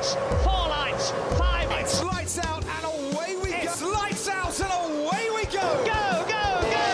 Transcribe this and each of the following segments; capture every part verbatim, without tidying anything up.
lights, four lights, five lights. It's lights out and away we go. It's lights out and away we go. Go, go, go!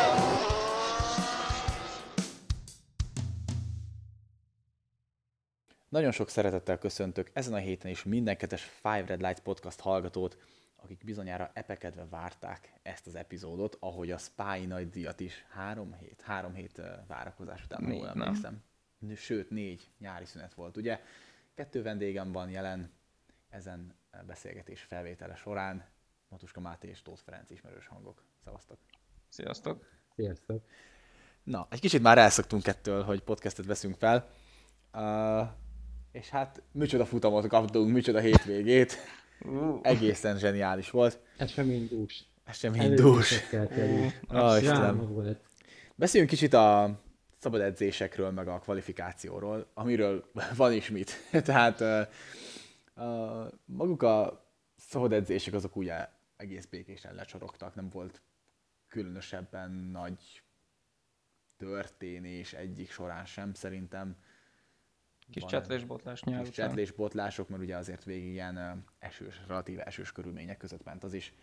Nagyon sok szeretettel köszöntök ezen a héten is minden kedves Five Red Lights podcast hallgatót, akik bizonyára epekedve várták ezt az epizódot, ahogy a Spy nagydíjat is három hét, három hét várakozás után, Négy, jól nem? emlékszem. Sőt, négy nyári szünet volt, ugye? Kettő vendégem van jelen ezen beszélgetés felvétele során, Matuska Máté és Tóth Ferenc ismerős hangok. Szevasztok! Sziasztok! Sziasztok! Na, egy kicsit már elszoktunk ettől, hogy podcastet veszünk fel. Uh, és hát micsoda futamot kaptunk, micsoda hétvégét. Uh. Egészen zseniális volt. Eseménydús. Eseménydús. Ah, oh, Istenem. Beszéljünk kicsit a szabad edzésekről, meg a kvalifikációról, amiről van is mit. Tehát uh, uh, maguk a szabad edzések azok ugye egész békésen lecsorogtak, nem volt különösebben nagy történés egyik során sem, szerintem. Kis csetlésbotlás nyár Kis csetlésbotlások, mert ugye azért végig ilyen esős, relatíve esős körülmények között ment az is.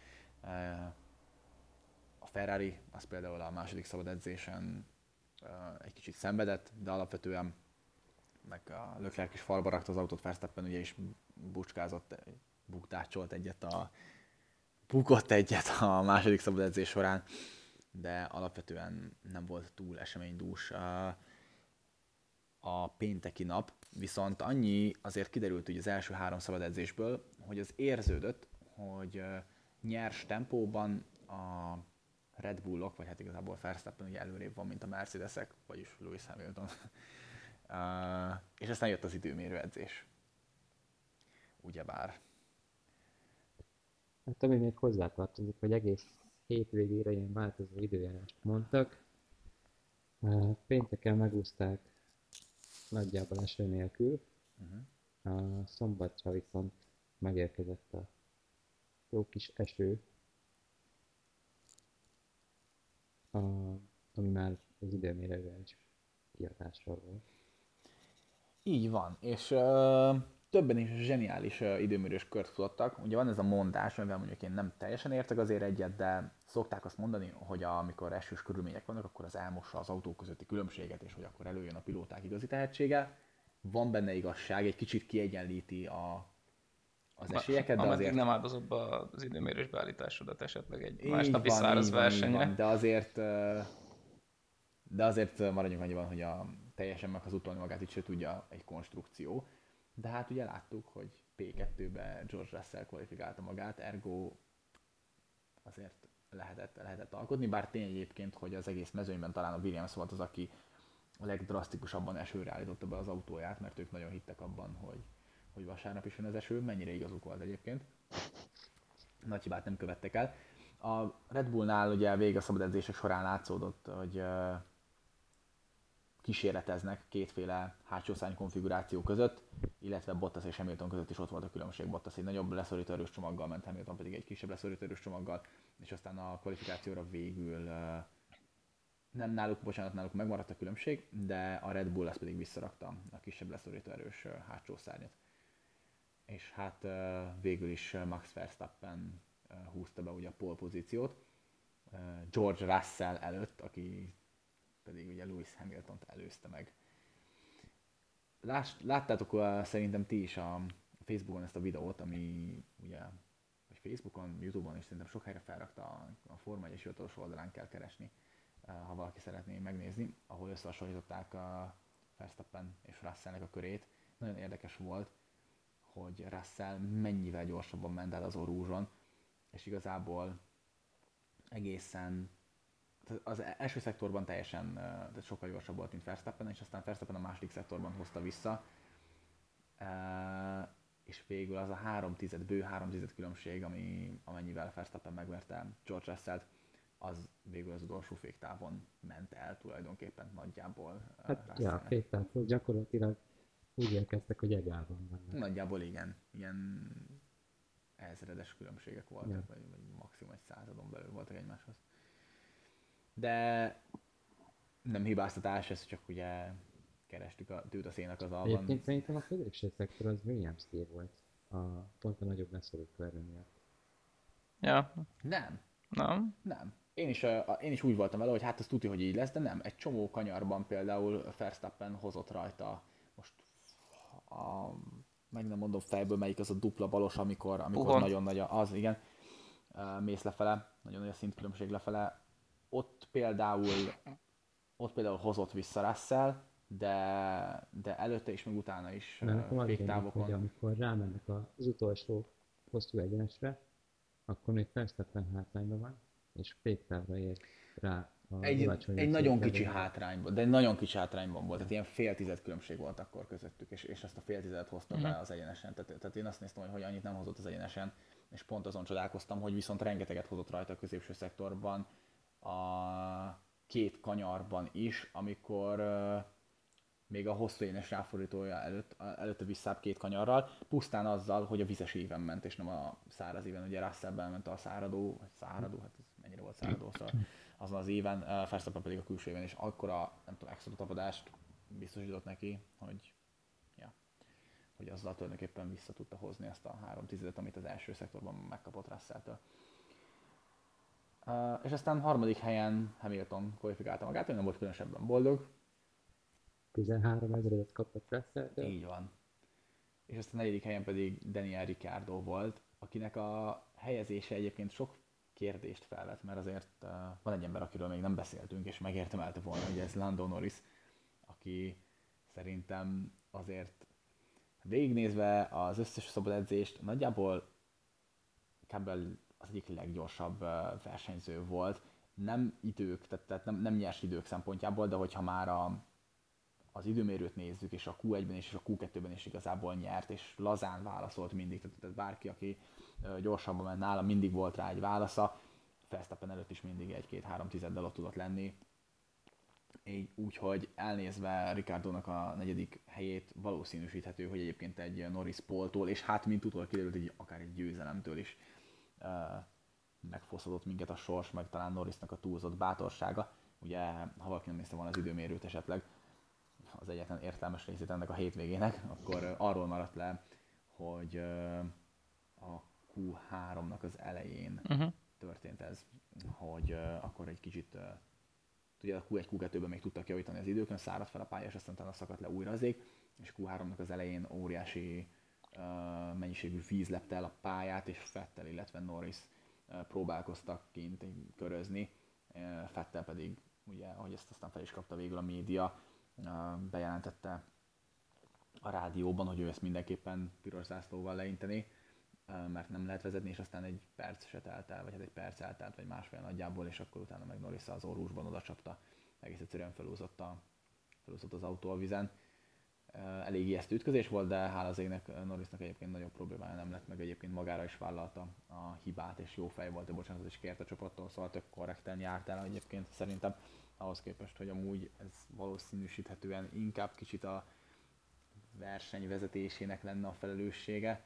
A Ferrari, az például a második szabad edzésen egy kicsit szenvedett, de alapvetően meg a Leclerc is falba rakta az autót, Verstappen ugye is bucskázott, bukdácsolt egyet, a, bukott egyet a második szabad edzés során, de alapvetően nem volt túl eseménydús a pénteki nap, viszont annyi azért kiderült ugye az első három szabad edzésből, hogy az érződött, hogy nyers tempóban a Red Bullok, vagy hát igazából Verstappen ugye előrébb van, mint a Mercedesek, vagyis Lewis Hamilton. uh, és aztán jött az időmérő edzés. Ugyebár. Hát ami még hozzátartozik, hogy egész hétvégére ilyen változó időjárást mondtak. Uh, pénteken megúszták nagyjából eső nélkül. Uh-huh. A szombatra viszont megérkezett a jó kis eső, a, ami már az időmérővel is kiadásra volt. Így van, és uh, többen is zseniális uh, időmérős kört futottak. Ugye van ez a mondás, amivel mondjuk én nem teljesen értek azért egyet, de szokták azt mondani, hogy amikor esős körülmények vannak, akkor az elmossa az autók közötti különbséget, és hogy akkor előjön a pilóták igazi tehetsége. Van benne igazság, egy kicsit kiegyenlíti a, az esélyeket, de Ameddig azért... nem áldozod be az időmérős beállításodat esetleg egy Így másnapi van, száraz így van, így versenyre. van, de azért, de azért maradjunk annyiban, hogy a teljesen meghazudtolni magát itt se tudja egy konstrukció. De hát ugye láttuk, hogy pé kettőbe George Russell kvalifikálta magát, ergo azért lehetett, lehetett alkotni, bár tény egyébként, hogy az egész mezőnyben talán a Williams volt az, aki a legdrasztikusabban esőre állította be az autóját, mert ők nagyon hittek abban, hogy, hogy vasárnap is jön az eső, mennyire igazuk volt egyébként. Nagy hibát nem követtek el. A Red Bullnál ugye végig a szabad edzések során látszódott, hogy uh, kísérleteznek kétféle hátsó szárny konfiguráció között, illetve Bottas és Hamilton között is ott volt a különbség. Bottas egy nagyobb leszorító erős csomaggal ment, Hamilton pedig egy kisebb leszorító erős csomaggal, és aztán a kvalifikációra végül uh, nem náluk, bocsánat, náluk megmaradt a különbség, de a Red Bull azt pedig visszarakta a kisebb leszorító erős uh, hátsó szárnyat. És hát uh, végül is Max Verstappen uh, húzta be ugye a pole pozíciót uh, George Russell előtt, aki pedig ugye Lewis Hamiltont előzte meg. Láss, láttátok uh, szerintem ti is a Facebookon ezt a videót, ami ugye, vagy Facebookon, Youtube-on is szerintem sok helyre felrakta, a, a Forma egyes hivatalos oldalán kell keresni, uh, ha valaki szeretné megnézni, ahol összehasonlították a Verstappen és Russellnek a körét. Nagyon érdekes volt, hogy Russell mennyivel gyorsabban ment el az Orúzson, és igazából egészen az első szektorban teljesen tehát sokkal gyorsabb volt, mint Verstappen, és aztán Verstappen a második szektorban hozta vissza, és végül az a három tized, bő három tized különbség, ami, amennyivel Verstappen megverte George Russellt, az végül az utolsó féktávon ment el tulajdonképpen nagyjából. Hát ja, a féktávon gyakorlatilag úgy érkeztek, hogy egálban vannak. Nagyjából igen, ilyen ezredes különbségek voltak, ja. vagy, vagy maximum egy századon belül voltak egymáshoz. De nem hibáztatás, ez csak ugye kerestük a tűt a szénak az alban. Egyébként szerintem a középső szektor az Williams-té volt. a pont a nagyobb leszorító erő miatt. Ja, Nem, nem. nem. Én is, ö, a- én is úgy voltam vele, hogy hát ez tudja, hogy így lesz, de nem. Egy csomó kanyarban például Verstappen hozott rajta most a, meg nem mondom fejből melyik az a dupla balos, amikor, amikor Puhon. nagyon nagy a, az, igen, ö, mész lefele, nagyon nagy a szintkülönbség lefele. Ott például, ott például hozott vissza Russell, de, de előtte is, meg utána is Mert nekem ö, az rémlik, hogy féktávokon. amikor rámennek az utolsó hosszú egyenesre, akkor még Verstappen hátrányban van, és féktávra ér rá a Egy, alacsony egy nagyon leszorító kicsi erőmű. hátrányban, de egy nagyon kicsi hátrányban volt, tehát ilyen fél tized különbség volt akkor közöttük, és, és azt a fél tizedet hozta Mhm. be az egyenesen. Tehát, tehát én azt néztem, hogy, hogy annyit nem hozott az egyenesen, és pont azon csodálkoztam, hogy viszont rengeteget hozott rajta a középső szektorban, a két kanyarban is, amikor uh, még a hosszú egyenes ráfordítója előtt, a- előtte visszább két kanyarral, pusztán azzal, hogy a vizes éven ment, és nem a száraz éven. Ugye Russell ment a száradó, vagy száradó, hát ez mennyire volt száradó, szóval azon az éven, uh, Verstappen pedig a külső éven, és akkora, nem tudom, extra tapadást biztosított neki, hogy, ja, hogy azzal tulajdonképpen vissza tudta hozni ezt a három tizedet, amit az első szektorban megkapott Russell-től. Uh, és aztán harmadik helyen Hamilton kvalifikálta magát, ő nem volt különösebben boldog. tizenhárom ezeredet kapott Russell-től. Így van. És aztán a negyedik helyen pedig Daniel Ricciardo volt, akinek a helyezése egyébként sok kérdést felvet, mert azért uh, van egy ember, akiről még nem beszéltünk, és megérdemelte volna, hogy ez Lando Norris, aki szerintem azért végignézve az összes szabad edzést nagyjából kb. Az egyik leggyorsabb uh, versenyző volt. Nem idők, tehát, tehát nem, nem nyers idők szempontjából, de hogyha már a, az időmérőt nézzük, és a kú egyben is, és a kú kettőben is igazából nyert, és lazán válaszolt mindig, tehát, tehát bárki, aki uh, gyorsabban ment nála, mindig volt rá egy válasza. Verstappen előtt is mindig egy-két-három tizeddel ott tudott lenni. Így, úgyhogy elnézve Ricciardónak a negyedik helyét valószínűsíthető, hogy egyébként egy Norris Pole-tól, és hát mint utólag kiderült, hogy akár egy győzelemtől is uh, megfosztott minket a sors, meg talán Norrisnak a túlzott bátorsága. Ugye, ha valaki nem nézte volna az időmérőt esetleg, az egyetlen értelmes részét ennek a hétvégének, akkor uh, arról maradt le, hogy uh, a kú háromnak az elején Uh-huh. történt ez, hogy uh, akkor egy kicsit uh, ugye a kú egy kú kettőben még tudtak javítani az időkön, száradt fel a pálya, és aztán utána szakadt le újra az ég, és kú háromnak az elején óriási uh, mennyiségű víz lepte el a pályát, és Vettel, illetve Norris uh, próbálkoztak kint körözni, uh, Vettel pedig, ugye, ahogy ezt aztán fel is kapta végül a média, uh, bejelentette a rádióban, hogy ő ezt mindenképpen piros zászlóval leinteni, uh, mert nem lehet vezetni, és aztán egy perc se telt el, vagy hát egy perc eltelt, vagy másfél nagyjából, és akkor utána meg Norris az orrusban oda csapta, egész egyszerűen felúzott, a, felúzott az autó a vizen. Uh, elég ijesztő ütközés volt, de hála az égnek Norrisnak egyébként nagyobb problémája nem lett, meg egyébként magára is vállalta a hibát, és jó fej volt, de bocsánatot is kért a csapattól, szóval tök korrekten járt el egyébként szerintem, ahhoz képest, hogy amúgy ez valószínűsíthetően inkább kicsit a verseny lenne a felelőssége.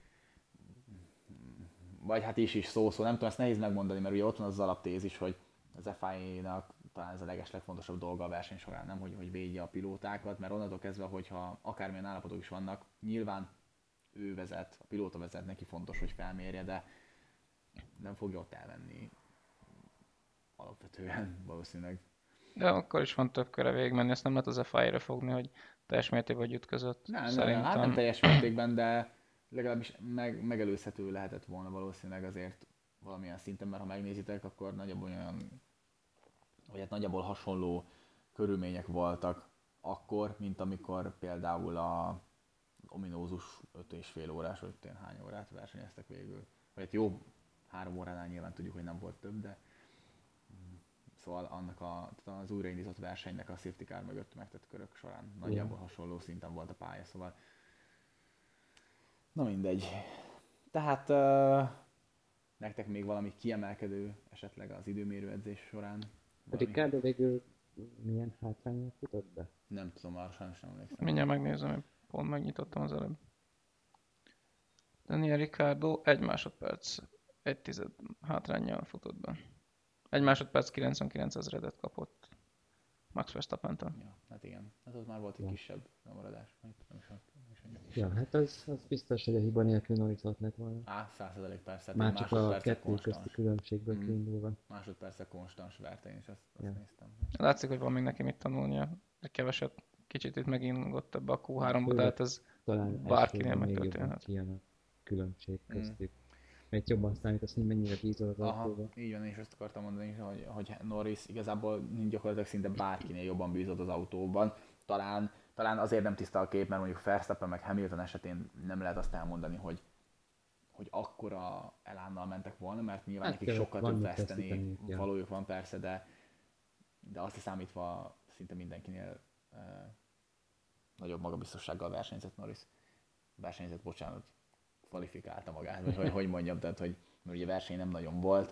Vagy hát is is szó-szó, nem tudom, ezt nehéz megmondani, mert ugye ott van az alaptézis, hogy az ef i á-nak talán ez a legeslegfontosabb dolga a verseny során, nem, hogy, hogy védje a pilótákat, mert onnantól kezdve, hogyha akármilyen állapotok is vannak, nyilván ő vezet, a pilóta vezet, neki fontos, hogy felmérje, de nem fogja ott elvenni alapvetően valószínűleg. De akkor is van több köre végigmenni, ezt nem lehet az ef i á-re fogni, hogy teljes mértékben vagy ütközött. Nem, nem, Szerintem. nem, hát nem teljes mértékben, de legalábbis meg, megelőzhető lehetett volna valószínűleg azért valamilyen szinten, mert ha megnézitek, akkor nagyjából olyan, vagy hát nagyjából hasonló körülmények voltak akkor, mint amikor például a ominózus öt és fél órás, vagy tényleg hány órát versenyeztek végül. Vagy hát jó, három óránál nyilván tudjuk, hogy nem volt több, de szóval annak a, az újraindított versenynek a safety car mögött megtett körök során nagyjából hasonló szinten volt a pálya, szóval na mindegy. Tehát uh, nektek még valami kiemelkedő esetleg az időmérő edzés során? Valami? Ricardo végül milyen hátrányon futott be? Nem tudom, már sajnos nem emlékszem. Mindjárt megnézem, én pont megnyitottam az előbb. Daniel Ricciardo egy másodperc, egy tized hátránnyal futott be. Egy másodperc kilencvenkilenc ezredet kapott Max Verstappen-től. Ja, hát igen. Hát ott már volt egy Ja. kisebb lemaradás. Nem is, nem is Ja, hát az, az biztos, hogy a hiba nélkül Norris ott lett volna. Á, száz százalék persze, Már egy csak a másodpercek kettő közti konstans. különbségből Mm. kiindulva. Másodpercek konstans verte, én is azt, azt Ja. néztem. Látszik, hogy van még neki mit tanulnia. De keveset, kicsit itt megint ebbe a kú háromba, Főleg tehát ez Talán bárkinél elsőben még jobban megtörténhet. kijön a különbség Mm. köztük. Mert jobban számítasz, hogy mennyire bízol az Aha, autóba. így van, én is azt akartam mondani, hogy, hogy Norris igazából gyakorlatilag szinte bárkinél jobban bízott az autóban. Talán, talán azért nem tiszta a kép, mert mondjuk Verstappen meg Hamilton esetén nem lehet azt elmondani, hogy, hogy akkora elánnal mentek volna, mert nyilván Hát, nekik ö, sokkal van több mit veszteni veszíteniük, ja. valójuk van persze, de, de azt is számítva szinte mindenkinél uh, nagyobb magabiztossággal versenyzett Norris. Versenyzett, bocsánat, kvalifikálta magát, vagy hogy, hogy mondjam, tehát hogy mert ugye verseny nem nagyon volt.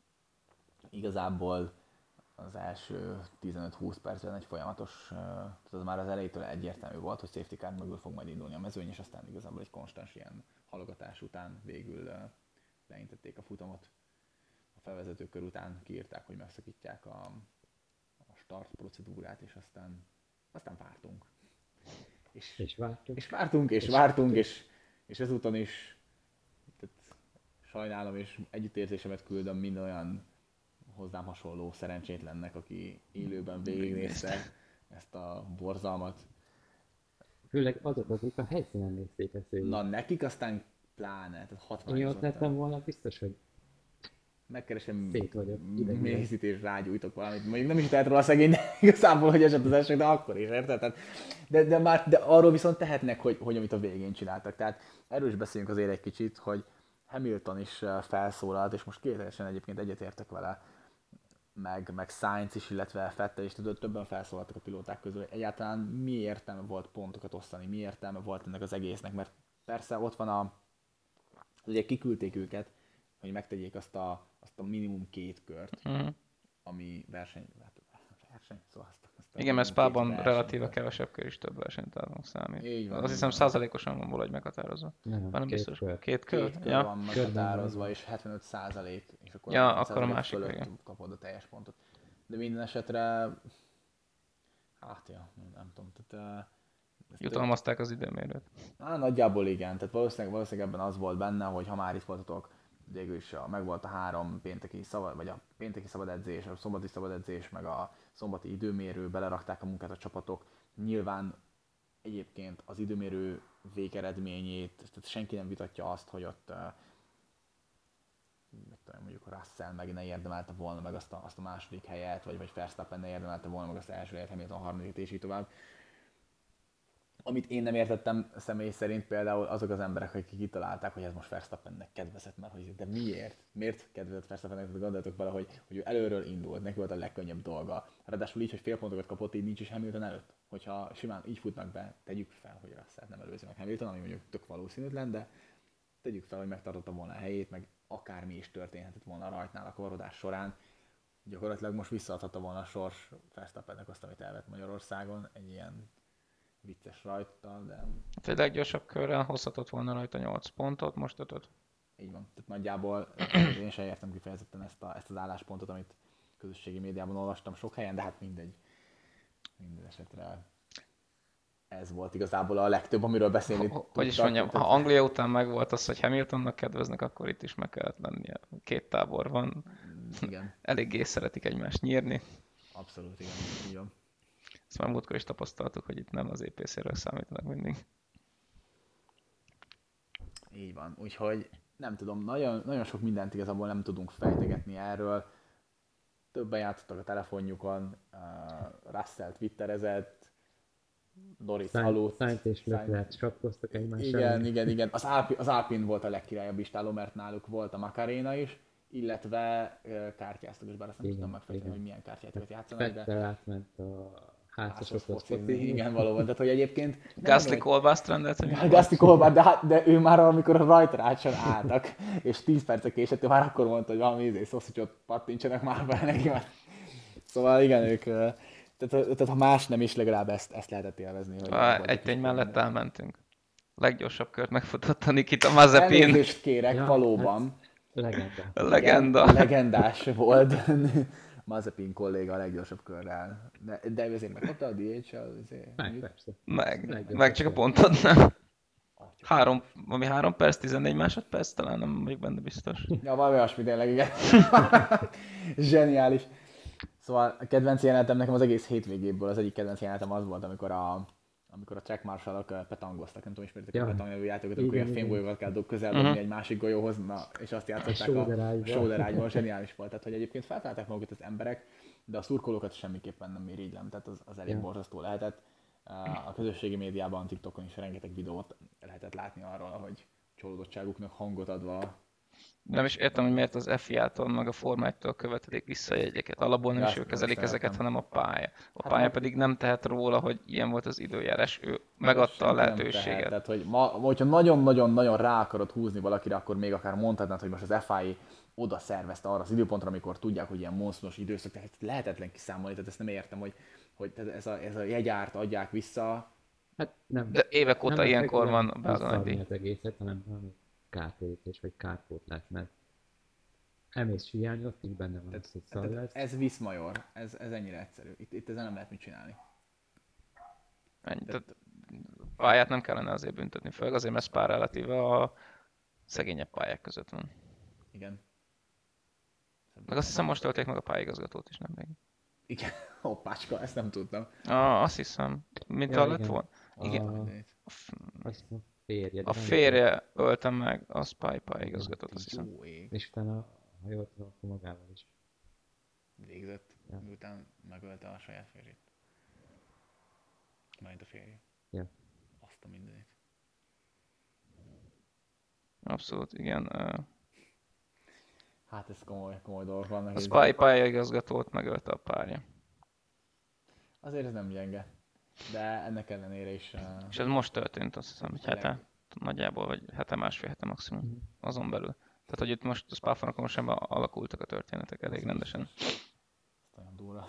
Igazából az első tizenöt-húsz percben egy folyamatos, tehát az már az elejétől egyértelmű volt, hogy safety car mögül fog majd indulni a mezőny, és aztán igazából egy konstans ilyen halogatás után végül leintették a futamot. A felvezető kör után kiírták, hogy megszakítják a, a start procedúrát, és aztán, aztán vártunk. És, És vártunk. és vártunk, és, És vártunk, és, és ezúton is tehát sajnálom, és együttérzésemet küldöm minden olyan hozzám hasonló szerencsétlennek, aki élőben végignézte ezt a borzalmat. Főleg azok, akik a helyszínen nézték ezt végig. Na, nekik aztán pláne, tehát Én ott hatványozottan. lettem volna, biztos, hogy Megkeresem Szét vagyok, idegen. Mézit és rágyújtok valamit. Mondjuk nem is tehet róla a szegény, de igazából, hogy esett az esek, de akkor is, érted? Tehát, de, de, már, de arról viszont tehetnek, hogy, hogy amit a végén csináltak. Tehát erről is beszéljünk azért egy kicsit, hogy Hamilton is felszólalt, és most kétségesen egyébként egyetértek vele, meg, meg Sainz is, illetve Vettel is, tudod, többen felszólaltak a pilóták közül, hogy egyáltalán mi értelme volt pontokat osztani, mi értelme volt ennek az egésznek, mert persze ott van a, ugye kiküldték őket, hogy megtegyék azt a, azt a minimum két kört, Mhm. ami verseny, hát verseny, szóval azt, azt a Igen, mert minimum két Spában verseny. relatíve kevesebb kör is több versenytávon számít. Így van, Azt így hiszem van. százalékosan van valahogy meghatározva. nem, Van nem két biztos. kör. Két kör? Két kör Ja. van Körben meghatározva, van. és hetvenöt százalék, és akkor Ja, hetvenöt akkor a százalék másik, fölött igen. kapod a teljes pontot. De minden esetre, hát ja, nem tudom, tehát... Uh, Jutalmazták az időmérőt. Á, nagyjából igen, tehát valószínűleg, valószínűleg ebben az volt benne, hogy ha már itt voltatok, végül is a, meg volt a három pénteki szabad, vagy a pénteki szabad edzés, a szombati szabad edzés, meg a szombati időmérő, belerakták a munkát a csapatok. Nyilván egyébként az időmérő végeredményét, tehát senki nem vitatja azt, hogy ott uh, tudom, mondjuk a Russell meg ne érdemelte volna meg azt a, azt a második helyet, vagy, vagy Verstappen ne érdemelte volna meg azt az első helyet, Hamilton a harmadik és így tovább. Amit én nem értettem személy szerint például azok az emberek, akik kitalálták, hogy ez most Verstappennek kedvezett, mert hogy de miért? Miért kedvezett Verstappennek? Gondoljatok bele, hogy, hogy ő előről indult, neki volt a legkönnyebb dolga. Ráadásul így, hogy fél pontokat kapott, így nincs is Hamilton előtt. Hogyha simán így futnak be, tegyük fel, hogy Russell nem előzi meg Hamilton, ami mondjuk tök valószínűtlen, de tegyük fel, hogy megtartotta volna a helyét, meg akármi is történhetett volna rajtnál a kavarodás során. Gyakorlatilag most visszaadhatta volna a sors Verstappennek azt, amit elvett Magyarországon, egy ilyen vicces rajttal, de Hát egy leggyorsabb körrel hozhatott volna rajta nyolc pontot, most ötöt. így van. Tehát nagyjából én sem értem kifejezetten ezt, a, ezt az álláspontot, amit közösségi médiában olvastam sok helyen, de hát mindegy. Minden esetre ez volt igazából a legtöbb, amiről beszélni Ho- tudtak. Hogy is mondjam, ha Tehát- Anglia után megvolt az, hogy Hamiltonnak kedveznek, akkor itt is meg kellett lennie. Két tábor van, Igen, eléggé szeretik egymást nyírni. abszolút igen, így van. Ezt már múltkor is tapasztaltuk, hogy itt nem az é pé cé-ről számítanak mindig. Így van, úgyhogy nem tudom, nagyon, nagyon sok mindent igazából nem tudunk fejtegetni erről. Többen játszottak a telefonjukon, uh, Russell twitterezett, Norris aludt. Sainz és Sainz- Leclerc csapkoztak egymással. Igen, igen, igen. Az, Alpin, az Alpin volt a legkirályabb istáló, mert náluk volt a Macarena is, illetve uh, kártyáztak, és bár azt nem Igen, tudom megfejteni, igen. hogy milyen kártyákat játszanak, de Vettel átment a házasokhoz focizni. focizni. Igen, valóban. Tehát, hogy egyébként... nem Gasly mondom, kolbászt rendelt, hogy hogy- Gasly kolbászt, de, hát- de ő már amikor a rajtarácson álltak, és tíz percek késett, ő már akkor mondta, hogy valami izé, szoszicot pattintsanak már bele neki. Már. Szóval igen, ők... ö, Tehát, tehát ha más nem is, legalább ezt, ezt lehetett élvezni. Hogy Ah, volt egy kis tény mellett probléma. elmentünk. Leggyorsabb kört megfutott a Nikita Mazepin. Elnézést kérek, Ja, valóban. Legenda. A legenda. Igen, legendás volt. Mazepin kolléga a leggyorsabb körrel. De, de ő azért megkapta a dé há el? Azért, Meg, persze. Meg, Leggyorsabb meg csak a kör. pontot nem. Három, ami három perc, tizennégy másodperc, talán nem vagyok benne biztos. Ja, valami olyasmi tényleg, igen. Zseniális. Szóval a kedvenc jelenetem nekem az egész hétvégéből, az egyik kedvenc jelenetem az volt, amikor a, amikor a track marshallok petangoztak, nem tudom, ismeritek Ja. a petang nevű játékot, amikor Igen, ilyen igen. fénygolyókat kell dob- közel dobni Mhm. egy másik golyóhoz, na, és azt játszották a, sóderágyban. a sóderágyban, zseniális volt. Tehát, hogy egyébként feltalálták magukat az emberek, de a szurkolókat semmiképpen nem irigylem, tehát az, az elég Ja. borzasztó lehetett. A közösségi médiában, TikTokon is rengeteg videót lehetett látni arról, hogy csalódottságuknak hangot adva. Nem is értem, hogy miért az ef i á-tól meg a Fortnite-tól követelik vissza jegyeket. Alapból nem Ja, is ők azt kezelik nem ezeket, szeretem. hanem a pálya. A Hát pálya meg- pedig nem tehet róla, hogy ilyen volt az időjárás. Ő megadta a Senki nem lehetőséget. tehet. Tehát, hogy ma, hogyha nagyon-nagyon-nagyon rá akarod húzni valakire, akkor még akár mondhatnád, hogy most az ef i á oda szervezte arra az időpontra, amikor tudják, hogy ilyen monszonos időszak, tehát lehetetlen kiszámolni, tehát ezt nem értem, hogy, hogy tehát ez, a, ez a jegyárt adják vissza. Hát nem. De évek óta nem ilyenkor nem van be az visszaadni nagy díj. az egészet, hanem valami kártérítés vagy kárpótlás, mert emész hiány, ott is benne van, Tehát, hogy szar tehát lesz. ez viszmajor, ez, ez ennyire egyszerű. Itt, itt ezzel nem lehet mit csinálni. Ennyi. Tehát pályát nem kellene azért büntetni, főleg azért, mert Spa relatíve a szegényebb pályák között van. Igen. Meg azt hiszem most tölték meg a pályigazgatót is nemrég. Igen, hoppácska, ezt nem tudtam. Ah, azt hiszem. Mint Ja, ja, lett igen. volna? Igen. A, Mindegy. A, f- azt a férje. de a nem férje ölte meg a Spy pályigazgatót, azt hiszem. Jó ég. tudom. És utána, ha jól tudom, akkor magával is. Végzett, Ja. miután megölte a saját férjét. Majd a férje. Ja. Azt a mindenit. Abszolút, igen. ö, Hát ez komoly, komoly dolgok vannak. A így. Spy pályigazgatót megölte a párja. Azért ez nem gyenge. De ennek ellenére is... Uh, És ez most történt, azt hiszem, egy Tényleg? hete. Nagyjából, vagy hete, másfél hete maximum. Mhm. Azon belül. Tehát, hogy itt most a Spa-Francorchamps sem alakultak a történetek elég rendesen. ez nagyon durva.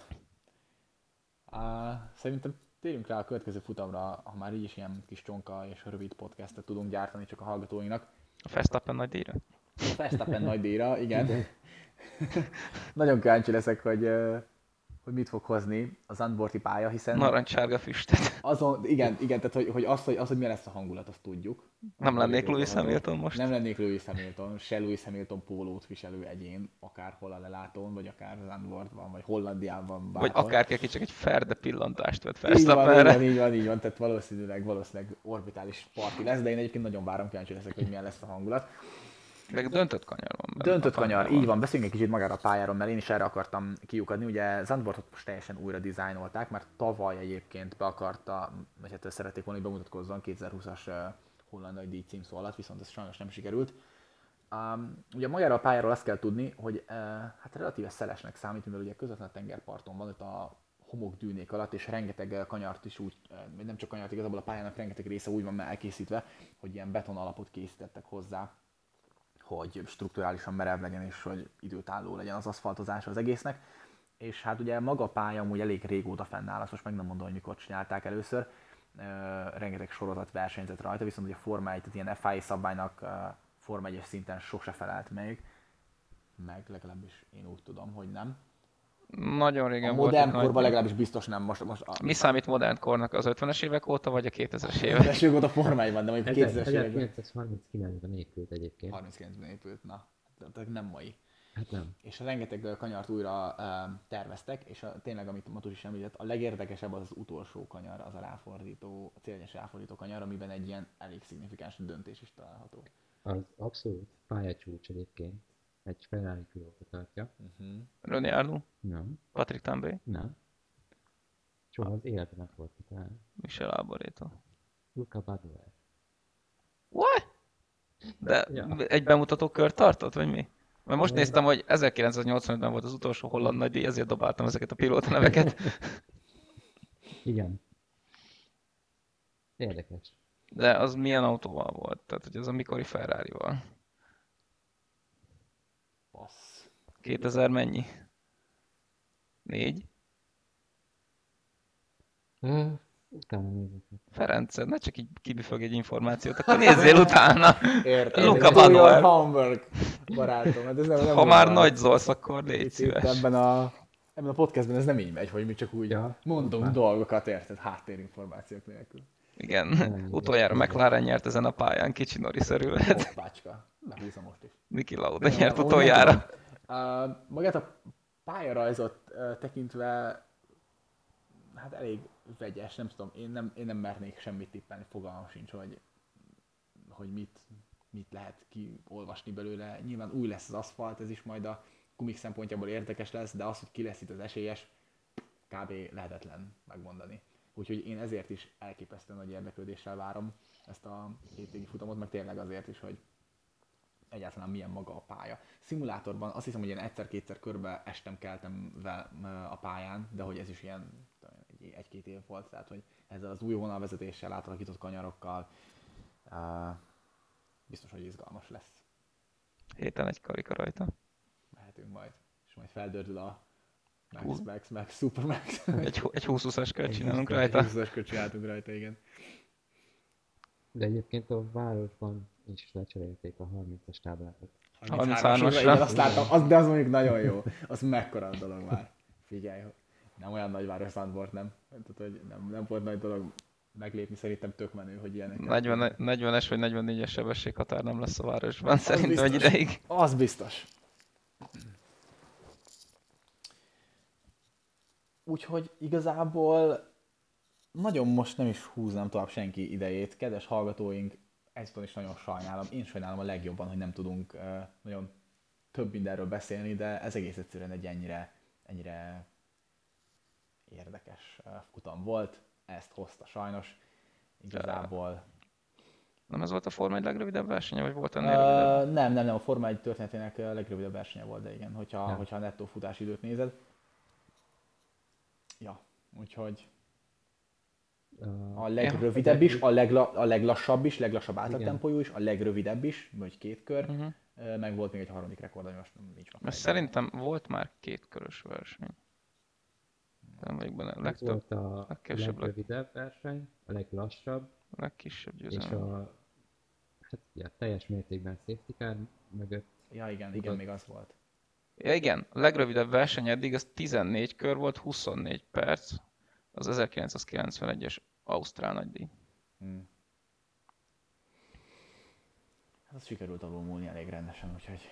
Uh, szerintem térjünk rá a következő futamra, ha már így is ilyen kis csonka és rövid podcastet tudunk gyártani csak a hallgatóinknak. A Verstappen nagy díjra? A Verstappen nagy díjra, igen. Nagyon kíváncsi leszek, hogy, uh, hogy mit fog hozni az Zandvoorti pálya, hiszen Narancsárga füstet. azon, igen, igen, tehát hogy, hogy, az, hogy az, hogy milyen lesz a hangulat, azt tudjuk. Nem lennék Tudjuk, Lewis hogy- Hamilton most? Nem lennék Lewis Hamilton, se Lewis Hamilton pólót viselő egyén, akárhol a lelátón, vagy akár Zandvoortban, vagy Hollandiában, Vagy bárhol. akárki, aki csak egy ferde pillantást vett Így van, így Verstappenre. van, így van, így van, tehát valószínűleg, valószínűleg orbitális parti lesz, de én egyébként nagyon várom, kíváncsi leszek, hogy milyen lesz a hangulat. Meg döntött kanyar van benne. Döntött a kanyar, pályában. így van, beszéljünk egy kicsit magára a pályáról, mert én is erre akartam kiukadni. Ugye Zandvoortot most teljesen újra dizájnolták, mert tavaly egyébként be akarta, vagy hát szerették volna, hogy bemutatkozzon kétezer-húszas uh, holland nagy díj címszó alatt, viszont ez sajnos nem sikerült. Um, ugye magáról a pályáról azt kell tudni, hogy uh, hát relatíve szelesnek számít, mivel ugye közvetlen a tengerparton van, itt a homokdűnék alatt, és rengeteg uh, kanyart is úgy, uh, nem csak kanyart, igazából a pályának rengeteg része úgy van már elkészítve, hogy ilyen beton alapot készítettek hozzá, hogy strukturálisan merev legyen, és hogy időtálló legyen az aszfaltozása az egésznek. És hát ugye maga a pálya amúgy elég régóta fennáll, azt most meg nem mondom, hogy mikor csinálták először. Uh, rengeteg sorozat versenyzett rajta, viszont ugye Forma egy, tehát ilyen ef i á szabálynak uh, Forma egyes szinten sose felelt még. Meg legalábbis én úgy tudom, hogy nem. Nagyon régen A volt modern egy nagy korban díj. legalábbis biztos nem. Most, most a, Mi számít modern kornak? Az ötvenes évek óta, vagy a kétezres évek? évek óta formájban, de mondjuk a kétezres években ezerkilencszázharminckilencben épült egyébként. harminckilencben épült, na, tehát nem mai. Hát nem. És rengeteg kanyart újra uh, terveztek, és a, tényleg, amit Matus is említett, a legérdekesebb az az utolsó kanyar, az a ráfordító, a célegyenes ráfordító kanyar, amiben egy ilyen elég szignifikáns döntés is található. Az abszolút pályacsúcs egyébként. Egy Ferrari pilóta tartja. Uh-huh. Ronny Arnoux, Nem. Patrick Tambay, Nem. Soha az életben nem volt talán. Michel Alboreto. Luca Badoer. What? De Ja. egy bemutató kört tartott, vagy mi? Mert most Ja. néztem, hogy ezerkilencszáznyolcvanötben volt az utolsó holland nagydíj, ezért dobáltam ezeket a pilóta neveket. Igen. Érdekes. De az milyen autóval volt? Tehát, hogy az a mikori Ferrarival? Passz. kétezer mennyi? Négy? Uh, utána nézzük. Ferenc, ne csak így kibüfög egy információt, akkor nézzél utána! Értem. Luca New York, Badoer. Hamburg, barátom. Hát ez nem, nem Ha már van. nagy Zolsz, akkor légy Itt- itt szíves. Ebben a, ebben a podcastben ez nem így megy, hogy mi csak úgy Ja. mondunk Már. dolgokat, érted, háttérinformációk nélkül. Igen, Nem, utoljára igen. McLaren nyert ezen a pályán, kicsi Nori-szerűen. Hoppácska. Behúzom most is. Niki Lauda Nem, nyert amúgy utoljára. nem tudom. Uh, magát a pályarajzot uh, tekintve hát elég vegyes, nem tudom, én nem, én nem mernék semmit tippelni, fogalmam sincs, hogy, hogy mit, mit lehet kiolvasni belőle. Nyilván új lesz az aszfalt, ez is majd a gumik szempontjából érdekes lesz, de az, hogy ki lesz itt az esélyes, kb. Lehetetlen megmondani. Úgyhogy én ezért is elképesztően nagy érdeklődéssel várom ezt a hétvégi futamot, meg tényleg azért is, hogy egyáltalán milyen maga a pálya. Szimulátorban azt hiszem, hogy én egyszer-kétszer körbe estem, keltem a pályán, de hogy ez is ilyen egy, egy-két év volt, tehát hogy ezzel az új vonalvezetéssel, átalakított kanyarokkal uh, biztos, hogy izgalmas lesz. Héten egy karika rajta. Mehetünk majd, és majd feldördül a Max, Max, Max, Super Max. Egy, egy húsz-húszas kört csinálunk Egy rajta. húszas kört csináltunk rajta, igen. De egyébként a városban is lecserélték a harmincas táblákat. harmincas-ra. Igen, azt láttam, az, de az mondjuk nagyon jó. Az mekkora dolog már. Figyelj, nem olyan nagy város Zandvoort, nem? Tehát, hogy nem, nem volt nagy dolog meglépni, szerintem tök menő, hogy ilyenek. negyven, negyvenes vagy negyvennégyes sebességhatár nem lesz a városban, szerintem egy biztos. ideig. Az biztos. Úgyhogy igazából nagyon most nem is húznám tovább senki idejét. Kedves hallgatóink, ezúton is nagyon sajnálom. Én sajnálom a legjobban, hogy nem tudunk uh, nagyon több mindenről beszélni, de ez egész egyszerűen egy ennyire, ennyire érdekes uh, futam volt. Ezt hozta sajnos. Igazából... Nem ez volt a Forma egy legrövidebb versenye, vagy volt ennél rövidebb? Uh, nem, nem, nem. A Forma egy történetének a legrövidebb versenye volt, de igen, hogyha, Ja. hogyha a nettó futásidőt nézed. Ja, úgyhogy a legrövidebb is, a, legla, a leglassabb is, leglassabb átlattempójú is, a legrövidebb is, vagy két kör, Uh-huh. uh, meg volt még egy harmadik rekord, ami most nincs meg. Mert szerintem volt már két körös verseny. Nem vagyok benne. Ez Legtöbb, volt a legkevesebb, leg- legrövidebb verseny, a leglassabb, legkisebb és győzelem. a hát, ja, teljes mértékben safety car mögött. Ja, igen, igen, Tudod. még az volt. Ja igen, a legrövidebb verseny eddig az tizennégy kör volt, huszonnégy perc. Az ezerkilencszázkilencvenegyes Ausztrál nagydíj. Hmm. Hát az sikerült alul múlni elég rendesen, úgyhogy...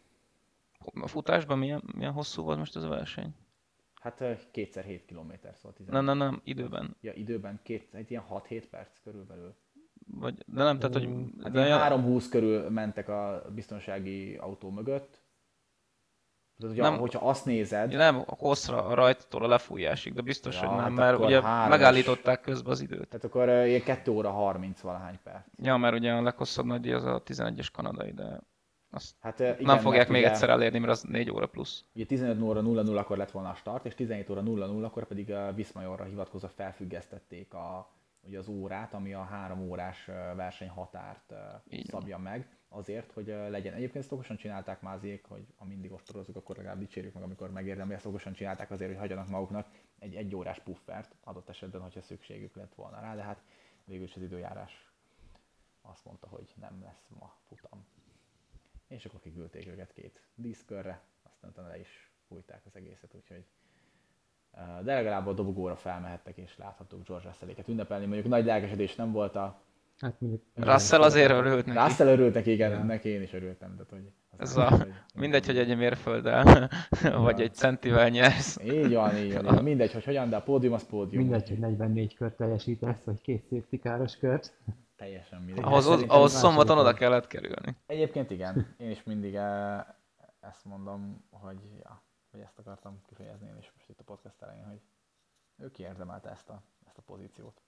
A futásban milyen, milyen hosszú volt most ez a verseny? Hát uh, kétszer hét kilométer, szóval tizen... Nem, nem, nem, időben. Ja, időben két, egy ilyen hat-hét perc körülbelül. Vagy, de nem, tehát, hogy... Hát De ilyen három húsz körül mentek a biztonsági autó mögött. Tehát, ugye, Nem. hogyha azt nézed, nem hosszra a rajtól a lefújásig, de biztos, Ja, hogy nem, hát mert akkor ugye hármas. megállították közben az időt. tehát akkor uh, ilyen kettő óra harminc valahány perc. Ja, mert ugye a leghosszabb nagydíj az a tizenegyes kanadai, de azt Hát, uh, igen, nem fogják mert még ugye, egyszer elérni, mert az négy óra plusz. Ugye tizenöt óra nulla nullakor lett volna a start, és tizenhét óra nulla nullakor pedig a Viszmajorra hivatkozva felfüggesztették a, ugye az órát, ami a három órás uh, versenyhatárt uh, Így van. szabja meg, azért, hogy uh, legyen. Egyébként ezt okosan csinálták máziék, hogy ha mindig ostorozunk, akkor legalább dicsérjük meg, amikor megérdemli, ezt okosan csinálták azért, hogy hagyjanak maguknak egy egy órás puffert, adott esetben, hogyha szükségük lett volna rá, de hát végül is az időjárás azt mondta, hogy nem lesz ma futam. És akkor kiküldték őket két díszkörre, aztán utána le is fújták az egészet, úgyhogy uh, de legalább a dobogóra felmehettek és láthattuk George Russelléket ünnepelni. Mondjuk nagy lelkesedés nem volt a... Hát mondjuk... Russell azért örült neki. Russell örült neki, igen, Ja. neki én is örültem. Tehát, hogy az Ez nem a, az, hogy- mindegy, hogy egy mérfölddel, vagy egy centivel nyersz. Így van, így van, így van. Mindegy, hogy hogyan, de a pódium az pódium. Mindegy, hogy negyvennégy kört teljesítesz, vagy két safety car-os kört. Teljesen mindegy. Ahhoz, Szerintem ahhoz második szombaton oda volt. kellett kerülni. Egyébként igen, én is mindig eh, ezt mondom, hogy, ja, hogy ezt akartam kifejezni én is most itt a podcast elején, hogy ő kiérdemelte ezt a, ezt a pozíciót.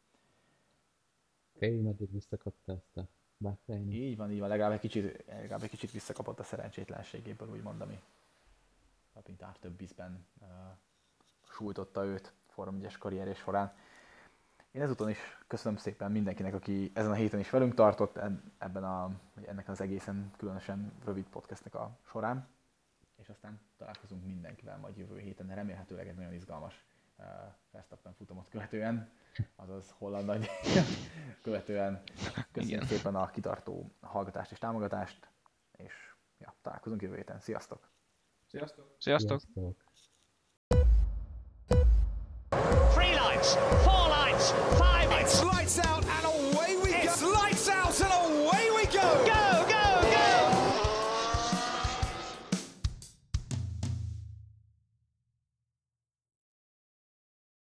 Fél meddig visszakapta ezt a Bahreini. Így van, így van, legalább egy kicsit, legalább egy kicsit visszakapott a szerencsétlenségéből, úgymond, ami a Pintár több ízben uh, sújtotta őt Forma egyes karrierje során. Én ezúton is köszönöm szépen mindenkinek, aki ezen a héten is velünk tartott, ebben a, vagy ennek az egészen különösen rövid podcastnek a során. És aztán találkozunk mindenkivel majd jövő héten, remélhetőleg egy nagyon izgalmas uh, Verstappen futamot követően, azaz holland nagy követően. Köszönjük Igen. szépen a kitartó hallgatást és támogatást, és ja, találkozunk jövő héten. Sziasztok! Sziasztok! Sziasztok! Three lights, four lights, five lights. Lights out and